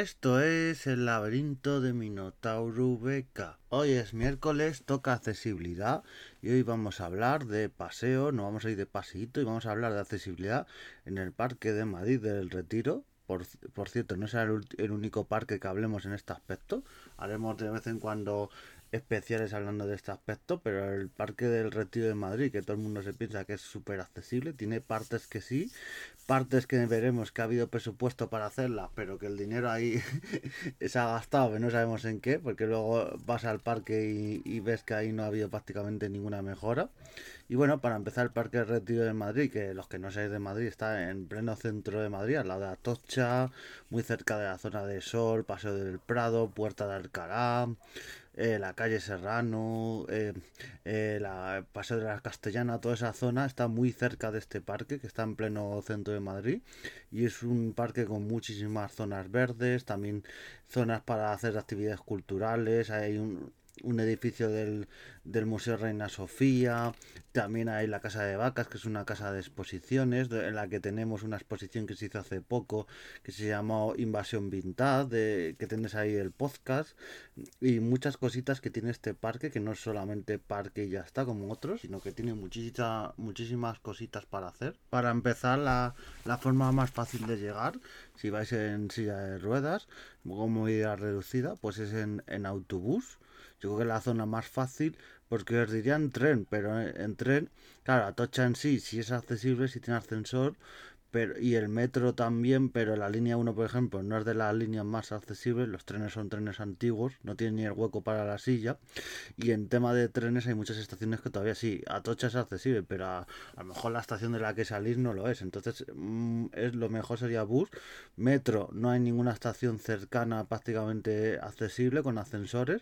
Esto es el laberinto de Minotauro Beca. Hoy es miércoles, toca accesibilidad y hoy vamos a hablar de paseo, no vamos a ir de paseíto y vamos a hablar de accesibilidad en el Parque de Madrid del Retiro. Por cierto, no será el único parque que hablemos en este aspecto. Haremos de vez en cuando especiales hablando de este aspecto, pero el Parque del Retiro de Madrid, que todo el mundo se piensa que es súper accesible, tiene partes que sí, partes que veremos que ha habido presupuesto para hacerlas, pero que el dinero ahí se ha gastado, que no sabemos en qué, porque luego vas al parque y ves que ahí no ha habido prácticamente ninguna mejora. Y bueno, para empezar, el Parque del Retiro de Madrid, que los que no seáis de Madrid, está en pleno centro de Madrid, al lado de Atocha, muy cerca de la zona de Sol, Paseo del Prado, Puerta de Alcalá, la calle Serrano, la Paseo de la Castellana, toda esa zona está muy cerca de este parque, que está en pleno centro de Madrid, y es un parque con muchísimas zonas verdes, también zonas para hacer actividades culturales, hay un edificio del Museo Reina Sofía, también hay la Casa de Vacas, que es una casa de exposiciones, en la que tenemos una exposición que se hizo hace poco, que se llamó Invasión Vintage, que tienes ahí el podcast, y muchas cositas que tiene este parque, que no es solamente parque y ya está, como otros, sino que tiene muchísimas cositas para hacer. Para empezar, la forma más fácil de llegar, si vais en silla de ruedas, como idea reducida, pues es en autobús. Yo creo que es la zona más fácil, porque os diría en tren, pero en tren, claro, Atocha en sí es accesible, si tiene ascensor, pero, y el metro también, pero la línea uno, por ejemplo, no es de las líneas más accesibles, los trenes son trenes antiguos, no tienen ni el hueco para la silla, y en tema de trenes hay muchas estaciones que todavía sí, Atocha es accesible, pero a lo mejor la estación de la que salís no lo es, entonces es lo mejor sería bus, metro, no hay ninguna estación cercana prácticamente accesible con ascensores.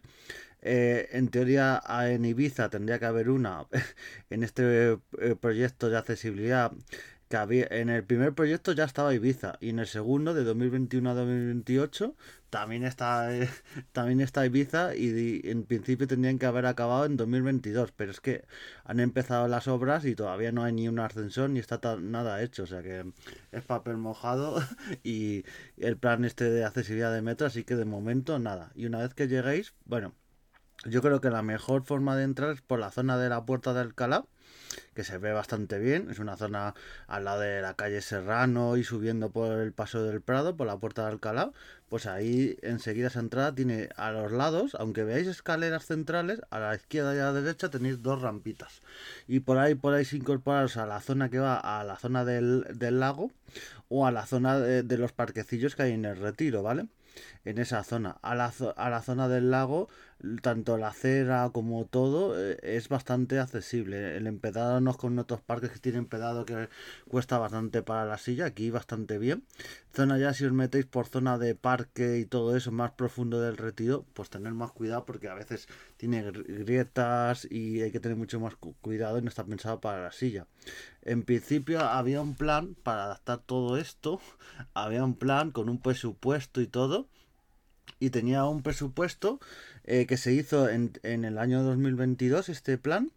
En teoría en Ibiza tendría que haber una en este proyecto de accesibilidad que había, en el primer proyecto ya estaba Ibiza y en el segundo de 2021 a 2028 también está también está Ibiza y en principio tendrían que haber acabado en 2022, pero es que han empezado las obras y todavía no hay ni un ascensor ni está nada hecho, o sea que es papel mojado y el plan este de accesibilidad de metro, así que de momento nada. Y una vez que lleguéis, bueno, yo creo que la mejor forma de entrar es por la zona de la Puerta de Alcalá, que se ve bastante bien. Es una zona al lado de la calle Serrano y subiendo por el Paso del Prado, por la Puerta de Alcalá. Pues ahí enseguida esa entrada tiene a los lados, aunque veáis escaleras centrales, a la izquierda y a la derecha tenéis dos rampitas. Y por ahí podéis incorporaros a la zona que va a la zona del lago o a la zona de los parquecillos que hay en el Retiro, ¿vale? En esa zona. A la zona del lago, tanto la acera como todo es bastante accesible. El empedado no es con otros parques que tienen empedado que cuesta bastante para la silla, aquí bastante bien. Zona ya si os metéis por zona de parque y todo eso más profundo del Retiro, pues tener más cuidado porque a veces tiene grietas y hay que tener mucho más cuidado y no está pensado para la silla. En principio había un plan para adaptar todo esto, había un plan con un presupuesto y todo, y tenía un presupuesto que se hizo en el año 2022, este plan,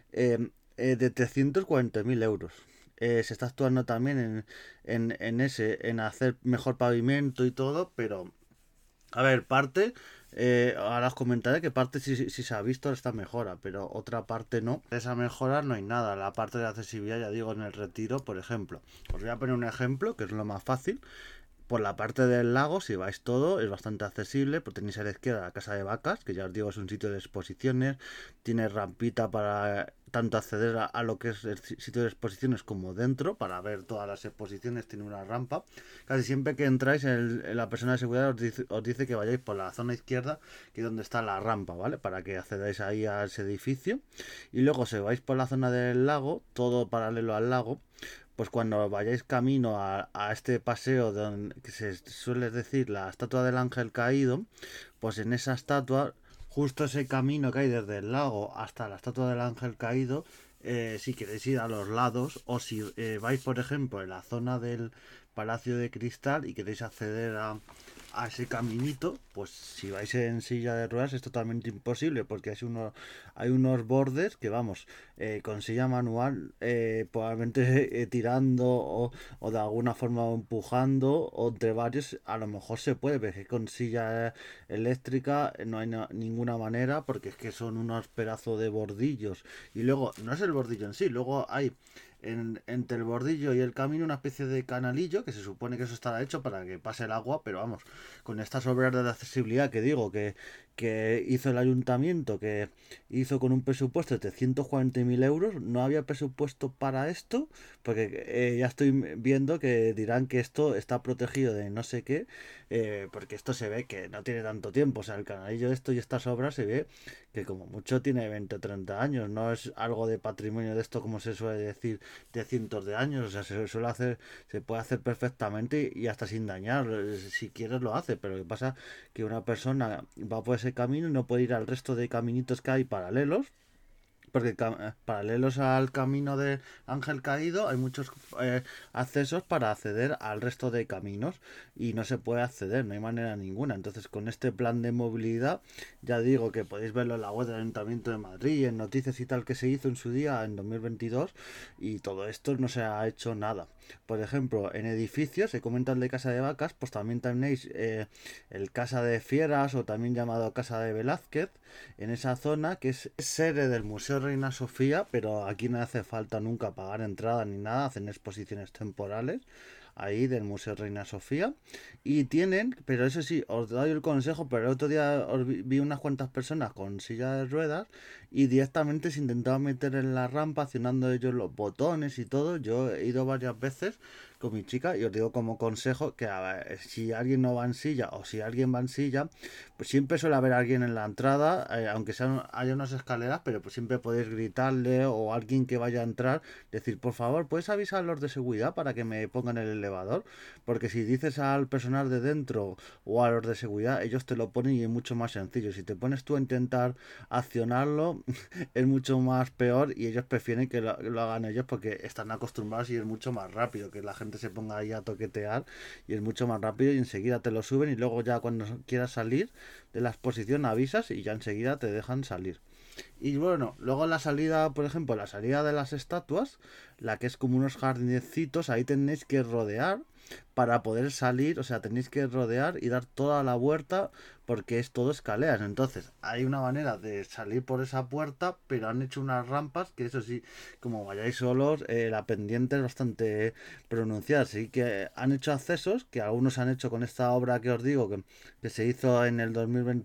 de 340.000 euros. Se está actuando también en hacer mejor pavimento y todo, pero a ver, parte, ahora os comentaré que parte sí se ha visto esta mejora, pero otra parte no. De esa mejora no hay nada. La parte de accesibilidad, ya digo, en el Retiro, por ejemplo. Os voy a poner un ejemplo, que es lo más fácil. Por la parte del lago, si vais todo, es bastante accesible, porque tenéis a la izquierda la Casa de Vacas, que ya os digo es un sitio de exposiciones, tiene rampita para tanto acceder a lo que es el sitio de exposiciones como dentro, para ver todas las exposiciones, tiene una rampa. Casi siempre que entráis, la persona de seguridad os dice que vayáis por la zona izquierda, que es donde está la rampa, ¿vale? Para que accedáis ahí a ese edificio. Y luego, si vais por la zona del lago, todo paralelo al lago, pues cuando vayáis camino a este paseo que se suele decir la estatua del ángel caído, pues en esa estatua, justo ese camino que hay desde el lago hasta la estatua del ángel caído, si queréis ir a los lados o si vais por ejemplo en la zona del Palacio de Cristal y queréis acceder a ese caminito, pues si vais en silla de ruedas es totalmente imposible porque hay unos bordes que vamos, con silla manual, probablemente tirando o de alguna forma empujando o entre varios a lo mejor se puede, pero es que con silla eléctrica no hay ninguna manera porque es que son unos pedazos de bordillos y luego no es el bordillo en sí, luego hay entre el bordillo y el camino una especie de canalillo que se supone que eso estará hecho para que pase el agua, pero vamos, con estas obras de accesibilidad que digo que hizo el ayuntamiento, que hizo con un presupuesto de 340.000 euros, no había presupuesto para esto, porque ya estoy viendo que dirán que esto está protegido de no sé qué, porque esto se ve que no tiene tanto tiempo, o sea, el canalillo de esto y estas obras se ve que como mucho tiene 20 o 30 años, no es algo de patrimonio de esto como se suele decir de cientos de años, o sea, se suele hacer, se puede hacer perfectamente y hasta sin dañar, si quieres lo hace, pero lo que pasa que una persona va por ese camino y no puede ir al resto de caminitos que hay paralelos, porque paralelos al camino de Ángel Caído hay muchos accesos para acceder al resto de caminos y no se puede acceder, no hay manera ninguna. Entonces con este plan de movilidad, ya digo que podéis verlo en la web del Ayuntamiento de Madrid, en noticias y tal que se hizo en su día en 2022 y todo esto no se ha hecho nada. Por ejemplo, en edificios, se comenta el de Casa de Vacas, pues también tenéis el Casa de Fieras o también llamado Casa de Velázquez, en esa zona que es sede del Museo Reina Sofía, pero aquí no hace falta nunca pagar entrada ni nada, hacen exposiciones temporales ahí del Museo Reina Sofía y tienen, pero eso sí, os doy el consejo, pero el otro día vi unas cuantas personas con silla de ruedas y directamente se intentaba meter en la rampa accionando ellos los botones y todo. Yo he ido varias veces con mi chica y os digo como consejo que a ver, si alguien no va en silla o si alguien va en silla, pues siempre suele haber alguien en la entrada, aunque sean, haya unas escaleras, pero pues siempre podéis gritarle o alguien que vaya a entrar, decir, por favor, ¿puedes avisar a los de seguridad para que me pongan el elevador? Porque si dices al personal de dentro o a los de seguridad, ellos te lo ponen y es mucho más sencillo. Si te pones tú a intentar accionarlo, es mucho más peor y ellos prefieren que lo hagan ellos porque están acostumbrados y es mucho más rápido que la gente se ponga ahí a toquetear y es mucho más rápido y enseguida te lo suben y luego ya cuando quieras salir de la exposición avisas y ya enseguida te dejan salir. Y bueno, luego la salida, por ejemplo, la salida de las estatuas, la que es como unos jardinecitos, ahí tenéis que rodear para poder salir, o sea, tenéis que rodear y dar toda la vuelta porque es todo escaleras. Entonces, hay una manera de salir por esa puerta, pero han hecho unas rampas que eso sí, como vayáis solos, la pendiente es bastante pronunciada. Así que han hecho accesos, que algunos han hecho con esta obra que os digo, que se hizo en el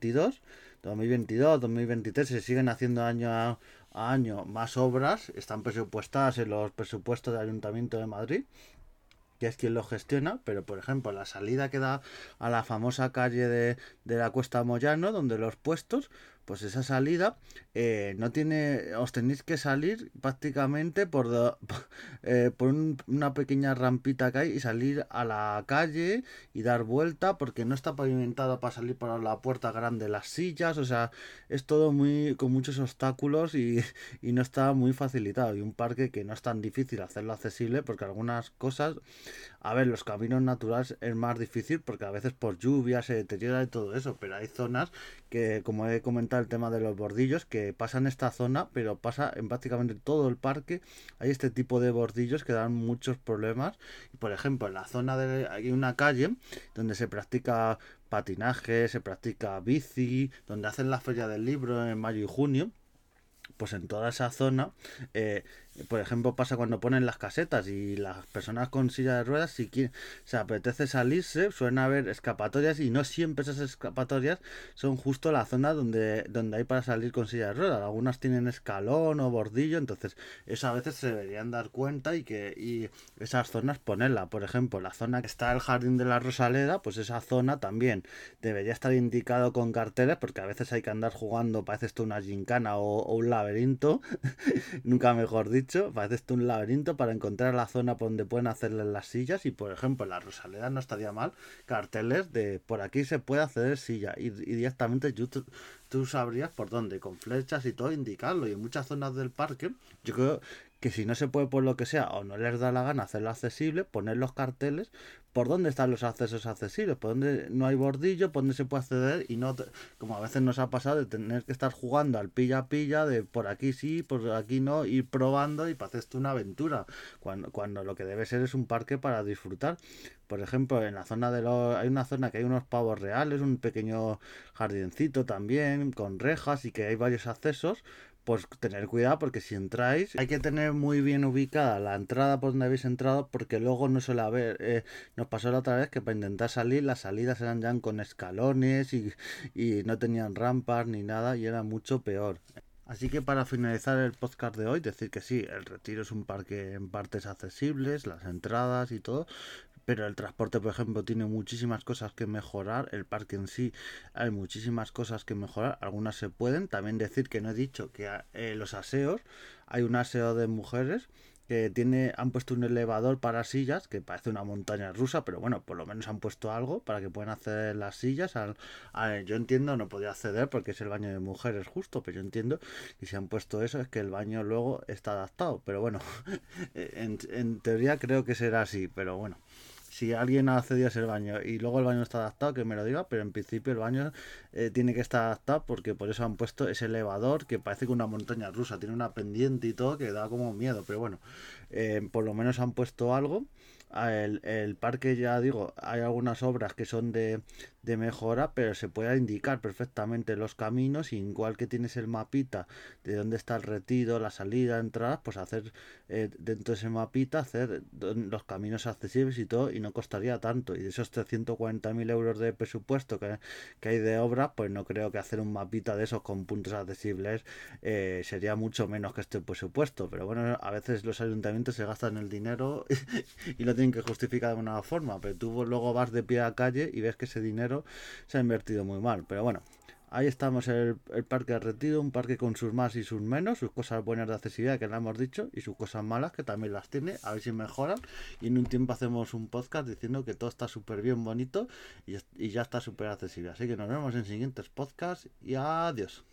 2022, 2023, se siguen haciendo a año más obras, están presupuestadas en los presupuestos del Ayuntamiento de Madrid, que es quien lo gestiona, pero por ejemplo la salida que da a la famosa calle de la Cuesta Moyano, donde los puestos, pues esa salida no tiene, os tenéis que salir prácticamente por una pequeña rampita que hay y salir a la calle y dar vuelta porque no está pavimentado para salir por la puerta grande las sillas, o sea, es todo muy con muchos obstáculos y no está muy facilitado y un parque que no es tan difícil hacerlo accesible porque algunas cosas, a ver, los caminos naturales es más difícil porque a veces por lluvia se deteriora y todo eso, pero hay zonas que, como he comentado, el tema de los bordillos, que pasa en esta zona, pero pasa en prácticamente todo el parque. Hay este tipo de bordillos que dan muchos problemas. Y por ejemplo, en la zona de hay una calle donde se practica patinaje, se practica bici, donde hacen la feria del libro en mayo y junio, pues en toda esa zona, eh, por ejemplo, pasa cuando ponen las casetas y las personas con silla de ruedas, si quieren, se apetece salirse, suelen haber escapatorias y no siempre esas escapatorias son justo la zona donde hay para salir con silla de ruedas. Algunas tienen escalón o bordillo, entonces eso a veces se deberían dar cuenta y esas zonas ponerla. Por ejemplo, la zona que está el Jardín de la Rosaleda, pues esa zona también debería estar indicado con carteles porque a veces hay que andar jugando, parece esto una gincana o un laberinto, nunca mejor dicho, parece esto un laberinto para encontrar la zona por donde pueden hacerle las sillas y por ejemplo en la Rosaleda no estaría mal carteles de por aquí se puede acceder silla y directamente tú sabrías por dónde, con flechas y todo indicarlo y en muchas zonas del parque yo creo que si no se puede por lo que sea o no les da la gana hacerlo accesible, poner los carteles por dónde están los accesos accesibles, por dónde no hay bordillo, por dónde se puede acceder y no, como a veces nos ha pasado de tener que estar jugando al pilla-pilla, de por aquí sí, por aquí no, ir probando y para esto una aventura, cuando lo que debe ser es un parque para disfrutar. Por ejemplo, en la zona de los... hay una zona que hay unos pavos reales, un pequeño jardincito también, con rejas y que hay varios accesos. Pues tener cuidado porque si entráis hay que tener muy bien ubicada la entrada por donde habéis entrado porque luego no suele haber... nos pasó la otra vez que para intentar salir las salidas eran ya con escalones y no tenían rampas ni nada y era mucho peor. Así que para finalizar el podcast de hoy, decir que sí, el Retiro es un parque en partes accesibles, las entradas y todo, pero el transporte, por ejemplo, tiene muchísimas cosas que mejorar. El parque en sí hay muchísimas cosas que mejorar. Algunas se pueden. También decir que no he dicho que los aseos, hay un aseo de mujeres que han puesto un elevador para sillas que parece una montaña rusa, pero bueno, por lo menos han puesto algo para que puedan acceder las sillas. Yo entiendo, no podía acceder porque es el baño de mujeres justo, pero yo entiendo que si han puesto eso es que el baño luego está adaptado. Pero bueno, en teoría creo que será así, pero bueno. Si alguien ha accedido a ese baño y luego el baño está adaptado, que me lo diga, pero en principio el baño tiene que estar adaptado porque por eso han puesto ese elevador que parece que una montaña rusa, tiene una pendiente y todo que da como miedo, pero bueno, por lo menos han puesto algo. El parque, ya digo, hay algunas obras que son de mejora, pero se puede indicar perfectamente los caminos, y igual que tienes el mapita de dónde está el retiro, la salida, entradas, pues hacer dentro de ese mapita, hacer los caminos accesibles y todo, y no costaría tanto. Y de esos 340.000 euros de presupuesto que hay de obra, pues no creo que hacer un mapita de esos con puntos accesibles sería mucho menos que este presupuesto. Pero bueno, a veces los ayuntamientos se gastan el dinero y lo tienen que justificar de una forma, pero tú luego vas de pie a calle y ves que ese dinero se ha invertido muy mal. Pero bueno, ahí estamos, el Parque del Retiro, un parque con sus más y sus menos, sus cosas buenas de accesibilidad que le hemos dicho y sus cosas malas que también las tiene, a ver si mejoran. Y en un tiempo hacemos un podcast diciendo que todo está súper bien bonito y ya está súper accesible. Así que nos vemos en siguientes podcasts y adiós.